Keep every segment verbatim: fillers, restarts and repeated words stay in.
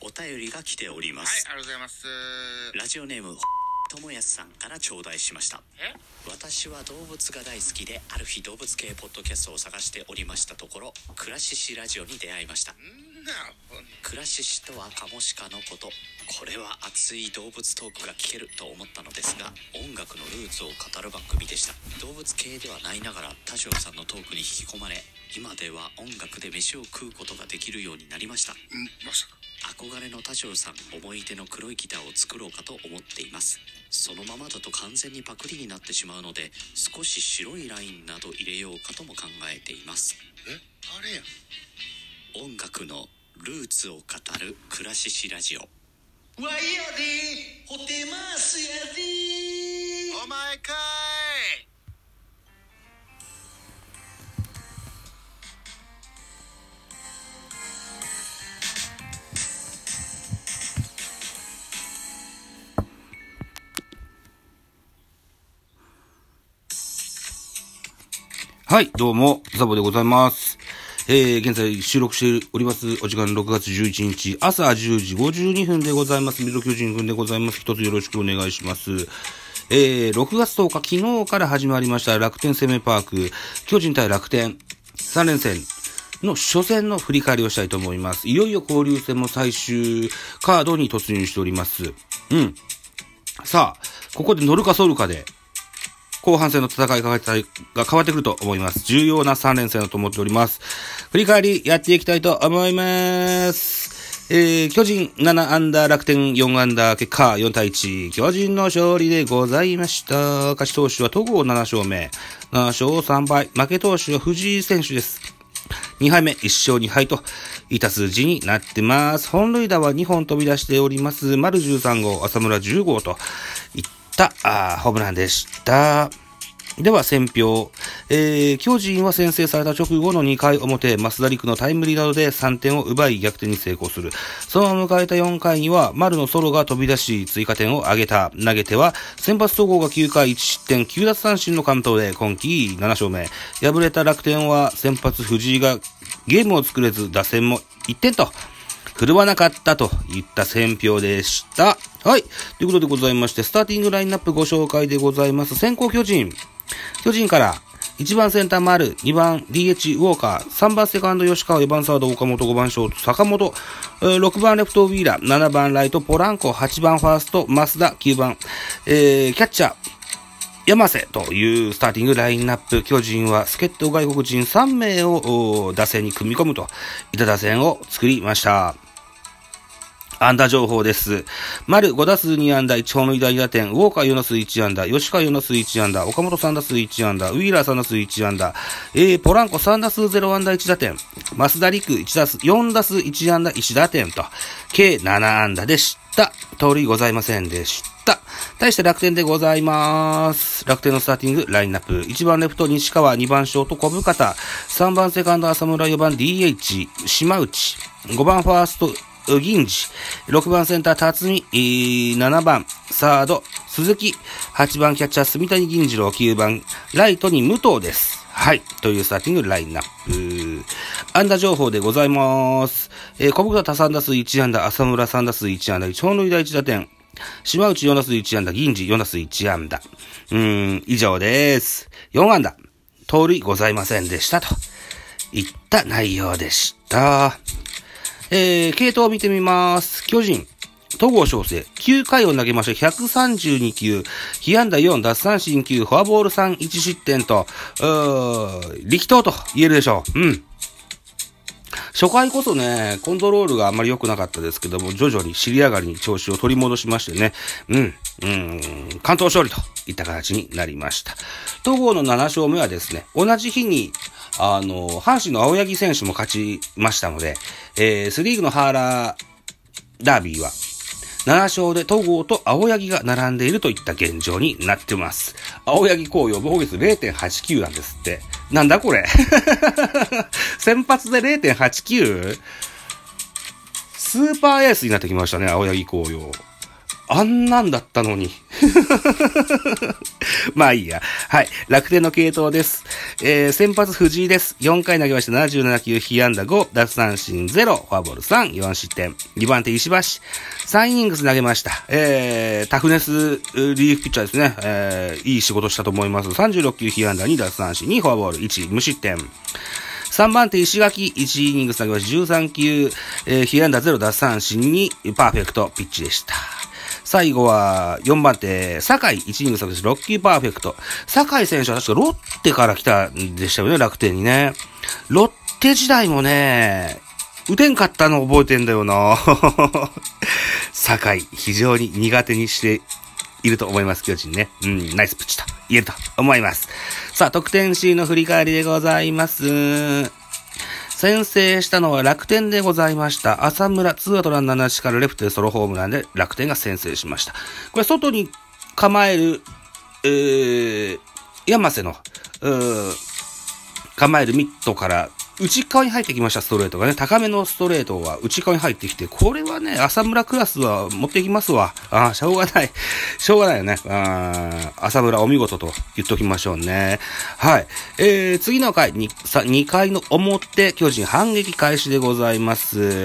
お便りが来ております。 はい、ありがとうございます。 ラジオネームともやすさんから頂戴しました。 え私は動物が大好きで、ある日動物系ポッドキャストを探しておりましたところ、クラシシラジオに出会いました。 んなクラシシとはカモシカのこと。これは熱い動物トークが聞けると思ったのですが、音楽のルーツを語る番組でした。動物系ではないながら田代さんのトークに引き込まれ、今では音楽で飯を食うことができるようになりました。 んまさか憧れの田代さん、思い出の黒いギターを作ろうかと思っています。そのままだと完全にパクリになってしまうので、少し白いラインなど入れようかとも考えています。 えあれや音楽のルーツを語るクラシシラジオ。 わいやでホテますやでお前かい。 はい、どうも、ザボでございます。えー、現在収録しております。お時間ろくがつじゅういちにち、朝じゅうじごじゅうにふんでございます。水戸巨人軍でございます。一つよろしくお願いします。えー、ろくがつとおか、昨日から始まりました楽天生命パーク、巨人対楽天さん連戦の初戦の振り返りをしたいと思います。いよいよ交流戦も最終カードに突入しております。うん。さあ、ここで乗るかソルかで、後半戦の戦いが変わってくると思います。重要なさん連戦だと思っております。振り返りやっていきたいと思います。えー、巨人ななアンダー、楽天よんアンダー、結果よんたいいち。巨人の勝利でございました。勝ち投手は戸郷なな勝目。なな勝さん敗。負け投手は藤井選手です。にはいめ、いっ勝に敗といった数字になってます。本塁打はにほん飛び出しております。丸じゅうさん号、浅村じゅう号といったあホームランでした。では選評、えー、巨人は先制された直後のにかい表、増田陸のタイムリーなどでさんてんを奪い逆転に成功する。そのまま迎えたよんかいには丸のソロが飛び出し追加点を挙げた。投げては先発戸郷がきゅうかいいち失点きゅう奪三振の完投で今季なな勝目。敗れた楽天は先発藤井がゲームを作れず打線もいってんと振るわなかったといった選評でした。はい。ということでございまして、スターティングラインナップご紹介でございます。先行巨人。巨人から、いちばんセンター丸、にばん ディーエイチ ウォーカー、さんばんセカンド吉川、よんばんサード岡本、ごばんショート坂本、ろくばんレフトウィーラー、ななばんライトポランコ、はちばんファースト増田、きゅうばん、えー、キャッチャー、山瀬というスターティングラインナップ。巨人は助っ人外国人さんめいを打線に組み込むといった打線を作りました。安打情報です。丸ご打数に安打いち本塁打打点、ウォーカーよん打数いち安打、吉川よん打数いち安打、岡本さん打数いち安打、ウィーラーさん打数いち安打、えー、ポランコさん打数ゼロ安打いち打点、増田陸いち打数よん打数いち安打いち打点と、計なな安打でした。盗塁ございませんでした。対して楽天でございます。楽天のスターティングラインナップ。いちばんレフト西川、にばんショート小深田、さんばんセカンド浅村、よんばん ディーエイチ 島内、ごばんファースト銀次、ろくばんセンター辰巳、ななばんサード鈴木、はちばんキャッチャー住谷銀次郎、きゅうばんライトに武藤です。はい。というスターティングラインナップ。安打情報でございます。えー、小深田さん打数いち安打、浅村さん打数いち安打、いち本塁打いち打点、島内よん打数いち安打、銀次よん打数いち安打。うーん、以上です。よん安打。盗塁ございませんでしたといった内容でした。えー、系統を見てみます。巨人、戸郷翔征、きゅうかいを投げました。ひゃくさんじゅうに球、被安打よん、奪三振きゅう、フォアボールさん、いち失点と、うー、力投と言えるでしょう。うん。初回こそね、コントロールがあんまり良くなかったですけども、徐々に尻上がりに調子を取り戻しましてね、うん、うん、完投勝利といった形になりました。戸郷のなな勝目はですね、同じ日に、あの、阪神の青柳選手も勝ちましたので、えー、スリーグのハーラーダービーは、なな勝で戸郷と青柳が並んでいるといった現状になってます。青柳紅葉、防御率 れいてんはちきゅう なんですって。なんだこれ先発で れいてんはちきゅう? スーパーエースになってきましたね、青柳紅葉。あんなんだったのにまあいいや。はい。楽天の系統です。えー、先発藤井です。よんかい投げました。ななじゅうなな球、被安打ご、奪三振ゼロ、フォアボールさん、よん失点。にばん手石橋。さんイニングス投げました。えー、タフネス、リリーフピッチャーですね。えー、いい仕事したと思います。さんじゅうろく球、被安打に、奪三振に、フォアボールいち、無失点。さんばん手石垣、いちイニングス投げました。じゅうさん球、えー、被安打ゼロ、奪三振に、パーフェクトピッチでした。最後はよんばん手、酒井いちイニングスろっ球パーフェクト。酒井選手は確かロッテから来たんでしたよね、楽天にね。ロッテ時代もね、打てんかったの覚えてんだよな。酒井、非常に苦手にしていると思います、巨人ね。うん、ナイスプッチと言えると思います。さあ、得点シーンの振り返りでございます。先制したのは楽天でございました。浅村、ツーアウトランナーなしからレフトでソロホームランで楽天が先制しました。これ外に構える、えー、山瀬の、うー構えるミットから内側に入ってきました、ストレートがね。高めのストレートは内側に入ってきて、これはね、浅村クラスは持ってきますわ。ああ、しょうがない。しょうがないよね。あ浅村お見事と言っときましょうね。はい。えー、次の回、に, さにかいの表、巨人反撃開始でございます。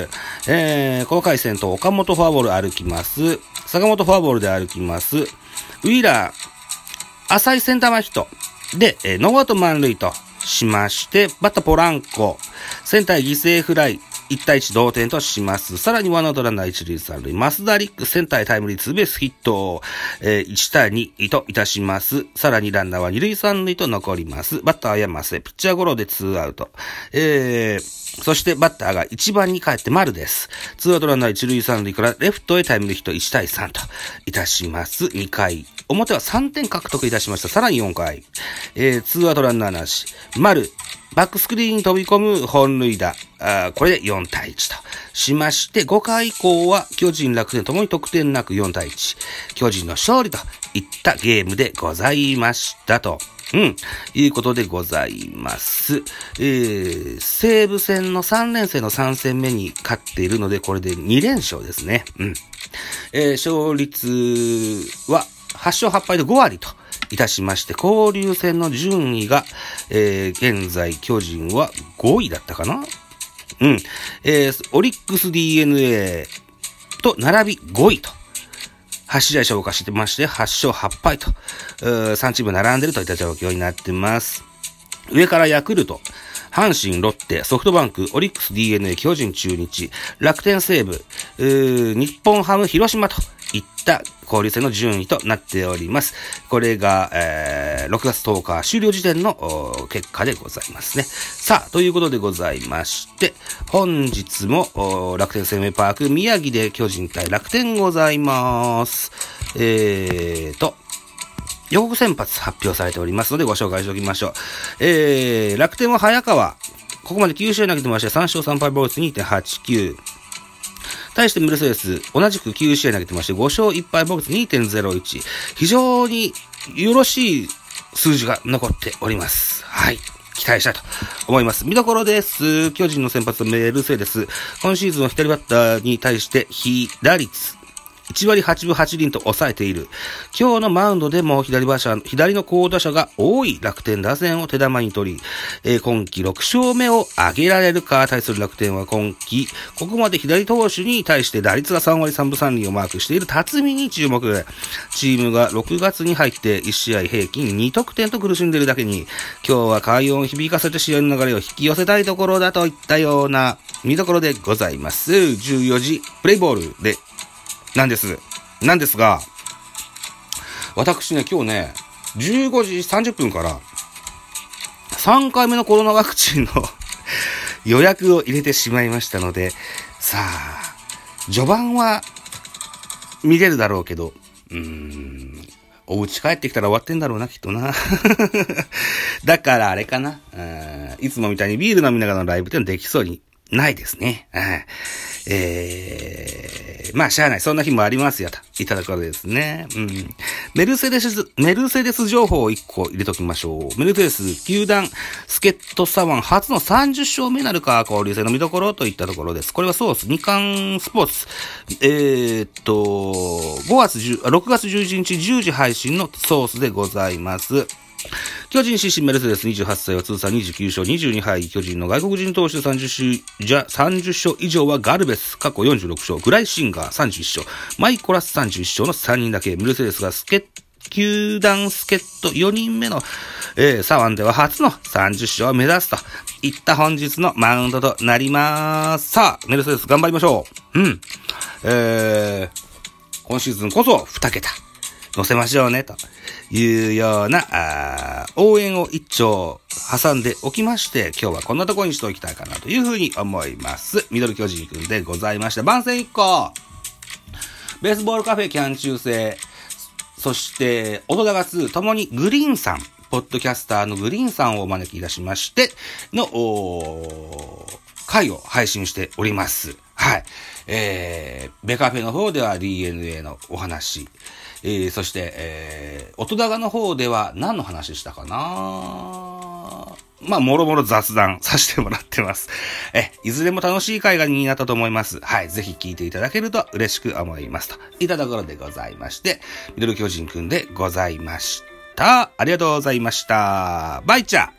えー、この回先頭、岡本フォアボール歩きます。坂本フォアボールで歩きます。ウィーラー、浅いセンター前ヒット。で、えー、ノーアウト満塁としまして、バッターポランコ、センター犠牲フライ、いち対いち同点とします。さらにワンアウトランナー一塁三塁、増田陸センターへタイムリーツーベースヒット、えー、いち対にといたします。さらにランナーは二塁三塁と残ります。バッターは山瀬、ピッチャーゴロでツーアウト。えー、そしてバッターがいちばんに帰って丸です。ツーアウトランナー一塁三塁からレフトへタイムリーヒットいち対さんといたします。にかい。表はさんてん獲得いたしました。さらによんかい。えー、ツーアウトランナーなし。丸、バックスクリーンに飛び込む本塁打。あこれでよん対いちとしまして、ごかい以降は巨人楽天ともに得点なくよん対いち。巨人の勝利といったゲームでございましたと。うん。いうことでございます。えー、西武戦のさん連戦のさん戦目に勝っているので、これでに連勝ですね。うん。えー、勝率ははち勝はち敗でご割といたしまして、交流戦の順位が、えー、現在巨人はごいだったかな？うん。えー、オリックス ディーエヌエー と並びごいと。はち試合消化してまして、はち勝はち敗と、さんチーム並んでるといった状況になってます。上からヤクルト、阪神、ロッテ、ソフトバンク、オリックス、ディーエヌエー、巨人、中日、楽天、西武、日本ハム、広島といった交流戦の順位となっております。これが、えー、ろくがつとおか終了時点の結果でございますね。さあ、ということでございまして、本日も楽天生命パーク宮城で巨人対楽天ございます。えーと、予告先発発表されておりますのでご紹介しておきましょう。えー、楽天は早川。ここまできゅう試合投げてましてさん勝さん敗防率 にてんはちきゅう。対してメルセデス、同じくきゅう試合投げてましてご勝いち敗防率 にてんゼロいち。非常によろしい数字が残っております。はい。期待したいと思います。見どころです。巨人の先発メルセデス。今シーズンは左バッターに対して被打率いち割はちぶはち厘と抑えている。今日のマウンドでも左打者、左の好打者が多い楽天打線を手玉に取り、えー、今季ろく勝目を挙げられるか。対する楽天は今季、ここまで左投手に対して打率がさん割さんぶさん厘をマークしている辰巳に注目。チームがろくがつに入っていち試合平均に得点と苦しんでいるだけに、今日は快音を響かせて試合の流れを引き寄せたいところだといったような見どころでございます。じゅうよじプレイボールでなんです。なんですが、私ね、今日ね、じゅうごじさんじゅっぷんからさんかいめのコロナワクチンの予約を入れてしまいましたので、さあ、序盤は見れるだろうけど、うーん、お家帰ってきたら終わってんだろうな、きっとな。だからあれかな、いつもみたいにビール飲みながらのライブってのできそうにないですね。えー、まあ、しゃあない。そんな日もありますよ、といただくわけですね。うん。 メルセデス、メルセデス情報をいっこ入れときましょう。メルセデス、球団、助っ人左腕初のさんじゅっ勝目なるか、交流戦の見どころといったところです。これはソース、日刊スポーツ、えー、っと、ごがつじゅう、ろくがつじゅういちにちじゅうじ配信のソースでございます。巨人出身メルセデスにじゅうはっさいは通算にじゅうきゅうしょうにじゅうにはい。巨人の外国人投手さんじゅっしゅう、じゃ、さんじゅっしょう以上はガルベス、過去よんじゅうろくしょう、グライシンガーさんじゅういっしょう、マイコラスさんじゅういっしょうのさんにんだけ、メルセデスがスケッ、球団助っ人よにんめの、えー、左腕では初のさんじゅっしょうを目指すといった本日のマウンドとなります。さあ、メルセデス頑張りましょう。うん。えー、今シーズンこそにけた。乗せましょうね、というような、あ応援を一丁挟んでおきまして、今日はこんなところにしておきたいかなというふうに思います。ミドル巨人くんでございました。番宣いっこ。ベースボールカフェキャン中世、そして、音高ツーともにグリーンさん、ポッドキャスターのグリーンさんをお招きいたしまして、の、回を配信しております。はい。えー、ベカフェの方では ディーエヌエー のお話、えー、そして、えー、音高の方では何の話したかなまあ、もろもろ雑談させてもらってます。え、いずれも楽しい会話になったと思います。はい。ぜひ聞いていただけると嬉しく思いますと。いったところでございまして、ミドル巨人くんでございました。ありがとうございました。バイチャー